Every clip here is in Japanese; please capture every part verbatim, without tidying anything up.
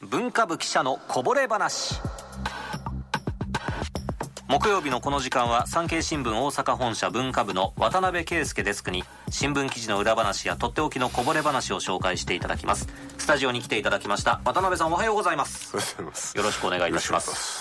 文化部記者のこぼれ話。木曜日のこの時間は産経新聞大阪本社文化部の渡辺圭介デスクに新聞記事の裏話やとっておきのこぼれ話を紹介していただきます。スタジオに来ていただきました渡辺さん、おはようございます。 おはようございます。 よろしくお願いいたします。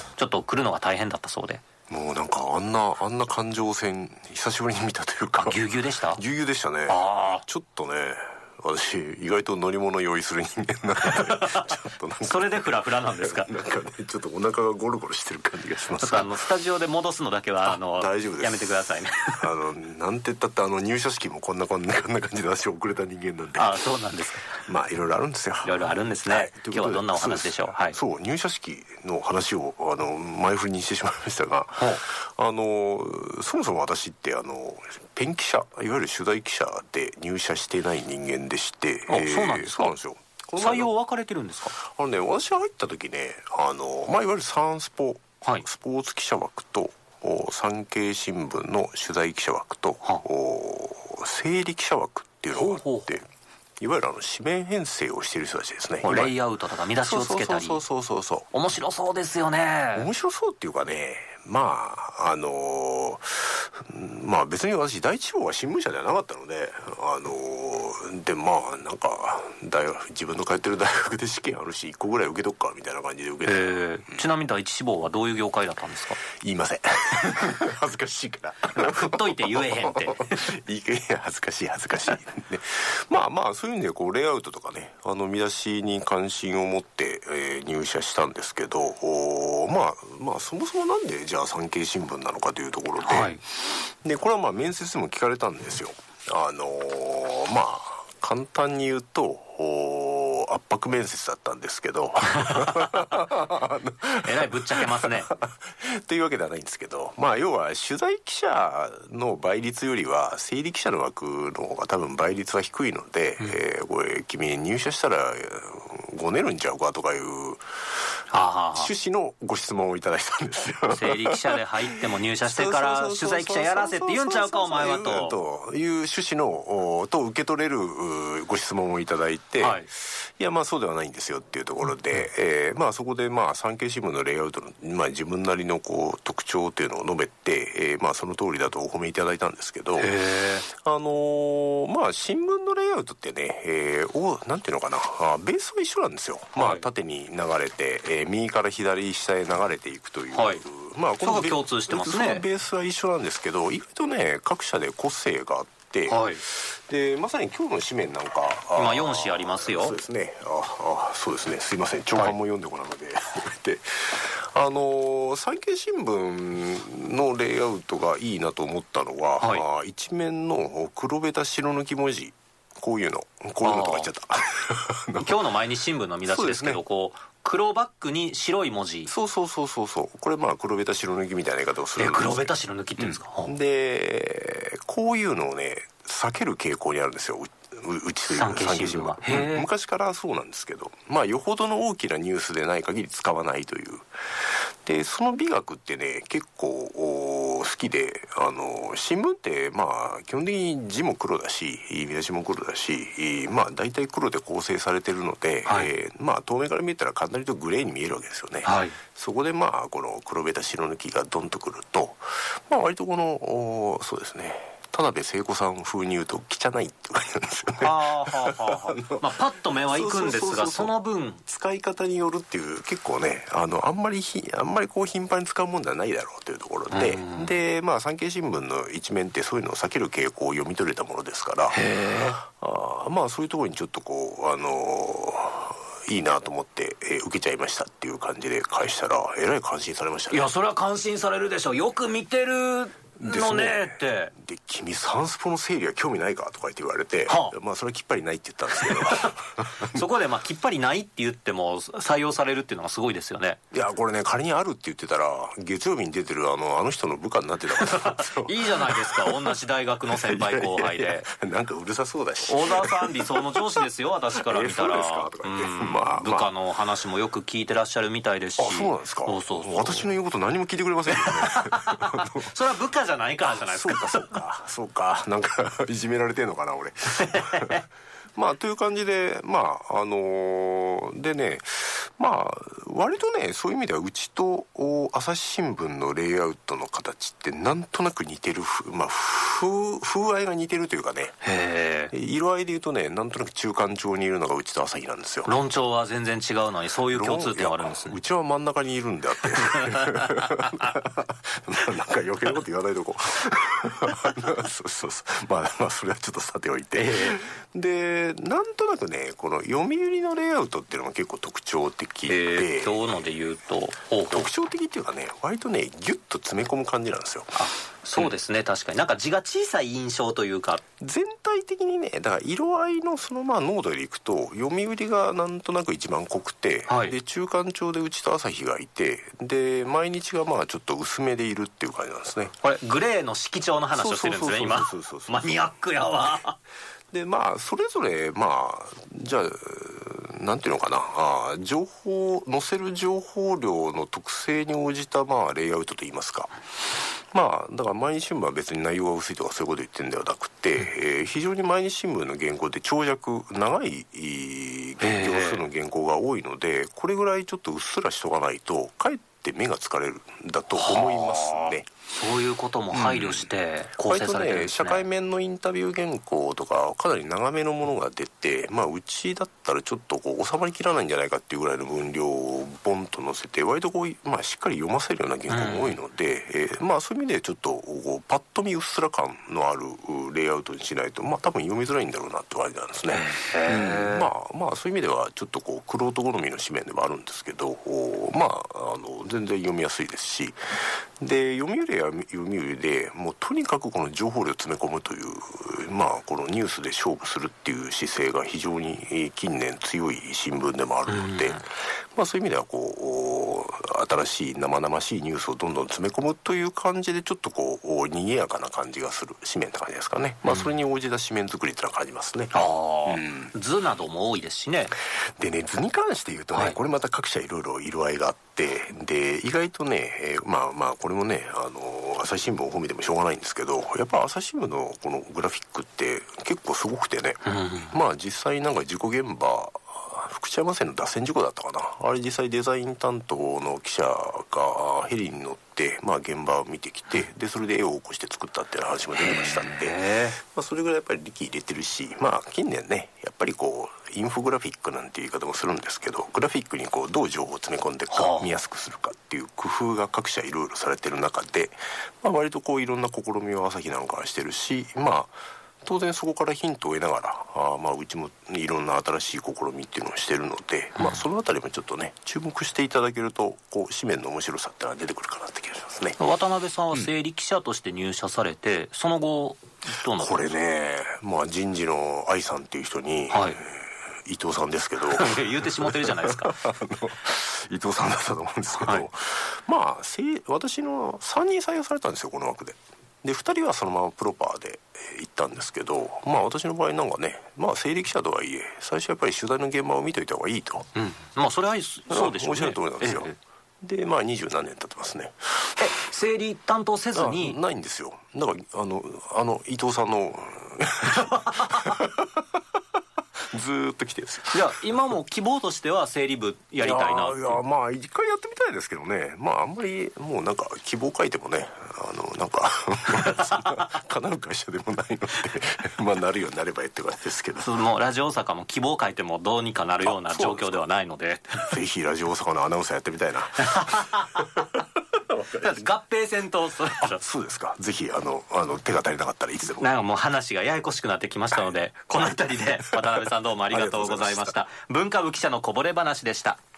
ちょっと来るのが大変だったそうで。 もうなんかあんなあんな環状線久しぶりに見たというか、 ぎゅうぎゅうでしたぎゅうぎゅうでしたね。 あちょっとね、私意外と乗り物用意する人間なのでちょっとなんかそれでフラフラなんですか？ なんかね、ちょっとお腹がゴロゴロしてる感じがします。 ちょっとあのスタジオで戻すのだけはあの大丈夫です、 やめてくださいねあのなんて言ったってあの入社式もこんなこんなこんな感じで私遅れた人間なんで。 ああ、そうなんですか。 まあいろいろあるんですよ。 いろいろあるんですね、はい、今日はどんなお話でしょう。はい、 そう、入社式の話をあの前振りにしてしまいましたが、あのそもそも私ってあのペン記者、いわゆる取材記者で入社してない人間でして、 あ、えー、そうなんですか。 そうなんですよ。 採用分かれてるんですか？ あのね、私が入った時ね、あの、まあ、いわゆるサンスポ、 はい、 スポーツ記者枠と産経新聞の取材記者枠と整理記者枠っていうのがあって、ほうほう、いわゆるあの紙面編成をしている人たちですね。 レイアウトとか見出しをつけたり。 そうそうそうそうそう。 面白そうですよね。 面白そうっていうかね、まああのー、まあ別に私第一志望は新聞社ではなかったので、あのー、でまあなんか大学、自分の通ってる大学で試験あるしいっこぐらい受けとくかみたいな感じで受けて、えーうん、ちなみに第一志望はどういう業界だったんですか？ 言いません恥ずかしいから振っといて言えへんっていや恥ずかしい恥ずかしい、ね、まあまあそういう意味でこうレイアウトとかね、あの見出しに関心を持って、えー、入社したんですけど、まあまあそもそもなんでじゃあ産経新聞なのかというところで、はい、でこれはまあ面接でも聞かれたんですよ。あのー、まあ簡単に言うと圧迫面接だったんですけどえらいぶっちゃけますねというわけではないんですけど、まあ要は取材記者の倍率よりは整理記者の枠の方が多分倍率は低いので、うん、えー、これ君入社したらごねるんちゃうかとかいう趣旨のご質問をいただいたんですよ。 整理記者で入っても入社してから取材記者やらせって言うんちゃうかお前はとという趣旨のと受け取れるご質問をいただいて、はい、いやまあそうではないんですよっていうところで、うん、えー、まあそこでまあ産経新聞のレイアウトの、まあ、自分なりのこう特徴っていうのを述べて、えー、まあその通りだとお褒めいただいたんですけど、あのー、まあ新聞のレイアウトってね、えー、おなんていうのかな、あベースは一緒なんですよ。まあ縦に流れて、えー、右から左下へ流れていくという、はい、まあこの共通してますね。 ベースは一緒なんですけど、意外とね各社で個性があって、はい、でまさに今日の紙面なんか今よん紙ありますよ。 そうですね、ああそうですね、すいません長官も読んでこなので、はい、であのー、産経新聞のレイアウトがいいなと思ったのは、はい、一面の黒ベタ白抜き文字、こういうのこういうのとか言っちゃった今日の毎日新聞の見出しですけど、ね、こう黒バックに白い文字、 そうそうそうそうそう、これまあ黒ベタ白抜きみたいな言い方をするんです。 え黒ベタ白抜きって言うんですか、 うん、でこういうのをね避ける傾向にあるんですよ、う, うちという産経新聞は。昔からそうなんですけど、まあよほどの大きなニュースでない限り使わないという。でその美学ってね結構好きで、あの新聞ってまあ基本的に字も黒だし見出しも黒だし、まあ大体黒で構成されてるので、はい、えー、まあ遠目から見たら簡単に言うとグレーに見えるわけですよね、はい、そこでまあこの黒ベタ白抜きがドンとくると、まあ割とこのそうですね、田辺聖子さん風に言うと汚いって感じなんですよね。はあはあはあまあ、パッと目はいくんですが、その分使い方によるっていう、結構ねあのあんまりひあんまりこう頻繁に使うもんではないだろうというところで、うん、でまあ産経新聞の一面ってそういうのを避ける傾向を読み取れたものですから、へあまあそういうところにちょっとこうあのーいいなと思って、えー、受けちゃいましたっていう感じで返したらえらい感心されましたね。 いやそれは感心されるでしょう。よく見てるのねって。 で君サンスポの整理は興味ないかとか言って言われて、はあ、まあそれはきっぱりないって言ったんですけどそこでまあきっぱりないって言っても採用されるっていうのがすごいですよね。 いやこれね仮にあるって言ってたら月曜日に出てるあのあの人の部下になってたいいじゃないですか同じ大学の先輩後輩で。いやいやなんかうるさそうだし、 小田さん理想の上司ですよ私から見たら。 えー、そうですかとか言って、うん、 まあ、部下の話もよく聞いてらっしゃるみたいですし。 あそうなんですか。そうそうそう、私の言うこと何も聞いてくれませんよねそれは部下じゃないからじゃないですか。 そうかそうかそうか、なんかいじめられてんのかな俺まあという感じで、まああのー、でね、まあ割とね、そういう意味ではうちと朝日新聞のレイアウトの形ってなんとなく似てる、まあ風風合いが似てるというかね、 へー、 色合いでいうとね、なんとなく中間調にいるのがうちと朝日なんですよ。 論調は全然違うのにそういう共通点があるんですね。 うちは真ん中にいるんであってなんか余計なこと言わないとこそうそうそう、まあまあそれはちょっとさておいて、えー、でなんとなくね、この読売のレイアウトっていうのが結構特徴的で、 えー、今日ので言うとほうほう特徴的っていうかね、割とねギュッと詰め込む感じなんですよ。 あ、そうですね、うん、確かになんか字が小さい印象というか、 全体的にね、だから色合いのそのまあ濃度でいくと読売がなんとなく一番濃くて、はい、で中間調でうちと朝日がいて、で毎日がまあちょっと薄めでいるっていう感じなんですね。 これグレーの色調の話をしてるんですね今。マニアックやわでまあそれぞれまあじゃあなんていうのかな、あ情報載せる情報量の特性に応じたまあレイアウトといいますか、まあだから毎日新聞は別に内容が薄いとかそういうこと言ってるんではなくて、えー、非常に毎日新聞の原稿って長尺長い行数の原稿が多いので、これぐらいちょっとうっすらしとかないとかえって目が疲れるんだと思いますね。 そういうことも配慮して構成されてるんですね。 割とね、社会面のインタビュー原稿とかかなり長めのものが出て、まあうちだったらちょっとこう収まりきらないんじゃないかっていうぐらいの分量をボンと載せて、割とこう、まあ、しっかり読ませるような原稿も多いので、うん、えー、まあそういう意味でちょっとこうパッと見うっすら感のあるレイアウトにしないと、まあ多分読みづらいんだろうなって感じなんですね。うん、まあまあそういう意味ではちょっとこう玄人好みの紙面でもあるんですけど、まああの全然読みやすいですし、で読売や読売でもうとにかくこの情報量を詰め込むという、まあこのニュースで勝負するっていう姿勢が非常に近年強い新聞でもあるので、まあそういう意味ではこう新しい生々しいニュースをどんどん詰め込むという感じで、ちょっとこう賑やかな感じがする紙面って感じですかね。まあそれに応じた紙面作りってのは感じますね。 ああ、うん、図なども多いですしね。 でね、図に関して言うとね、はい、これまた各社いろいろ色合いがあって、で意外とね、えー、まあまあこれもね、あの朝日新聞を褒めてもしょうがないんですけど、やっぱ朝日新聞のこのグラフィックって結構すごくてね、うん、まあ実際なんか事故現場、福知山線の脱線事故だったかな、あれ実際デザイン担当の記者がヘリに乗って、まあ、現場を見てきて、でそれで絵を起こして作ったっていう話も出てましたんで、まあ、それぐらいやっぱり力入れてるし、まあ近年ねやっぱりこうインフォグラフィックなんていう言い方もするんですけど、グラフィックにこうどう情報を詰め込んでいくか、見やすくするかっていう工夫が各社いろいろされてる中で、まあ、割とこういろんな試みを朝日なんかはしてるし、まあ当然そこからヒントを得ながら、あまあうちもいろんな新しい試みっていうのをしてるので、うん、まあそのあたりもちょっとね注目していただけると、こう紙面の面白さってのが出てくるかなって気がしますね。 渡辺さんは整理記者として入社されて、うん、その後どうなったんですか？ これね、まあ人事の愛さんっていう人に、はい、伊藤さんですけど言うてしもてるじゃないですかあの伊藤さんだったと思うんですけど、はい、まあ私のさんにん採用されたんですよ、この枠で。でふたりはそのままプロパーで行ったんですけど、まあ私の場合なんかね、まあ整理記者とはいえ最初やっぱり取材の現場を見といた方がいいと、 うん、まあそれはそうでしょうね。 おっしゃる通りなんですよ。ええ、でまあ二十何年経ってますね。 え整理担当せずに？ ないんですよ。だからあのあの伊藤さんのずーっと来てるんですよ。 いや今も希望としては整理部やりたいなって。 いやいや、まあ一回やってみたいですけどね。まああんまりもうなんか希望書いてもね、あのなんか叶う会社でもないのでまあなるようになればいいって感じですけど、 そのラジオ大阪も希望書いてもどうにかなるような状況ではないので、 ぜひラジオ大阪のアナウンサーやってみたいなだって合併戦とそれそうですか。ぜひあのあの手が足りなかったらいつでも。 なんかもう話がややこしくなってきましたので、この辺りで渡辺さんどうもありがとうございました。文化部記者のこぼれ話でした。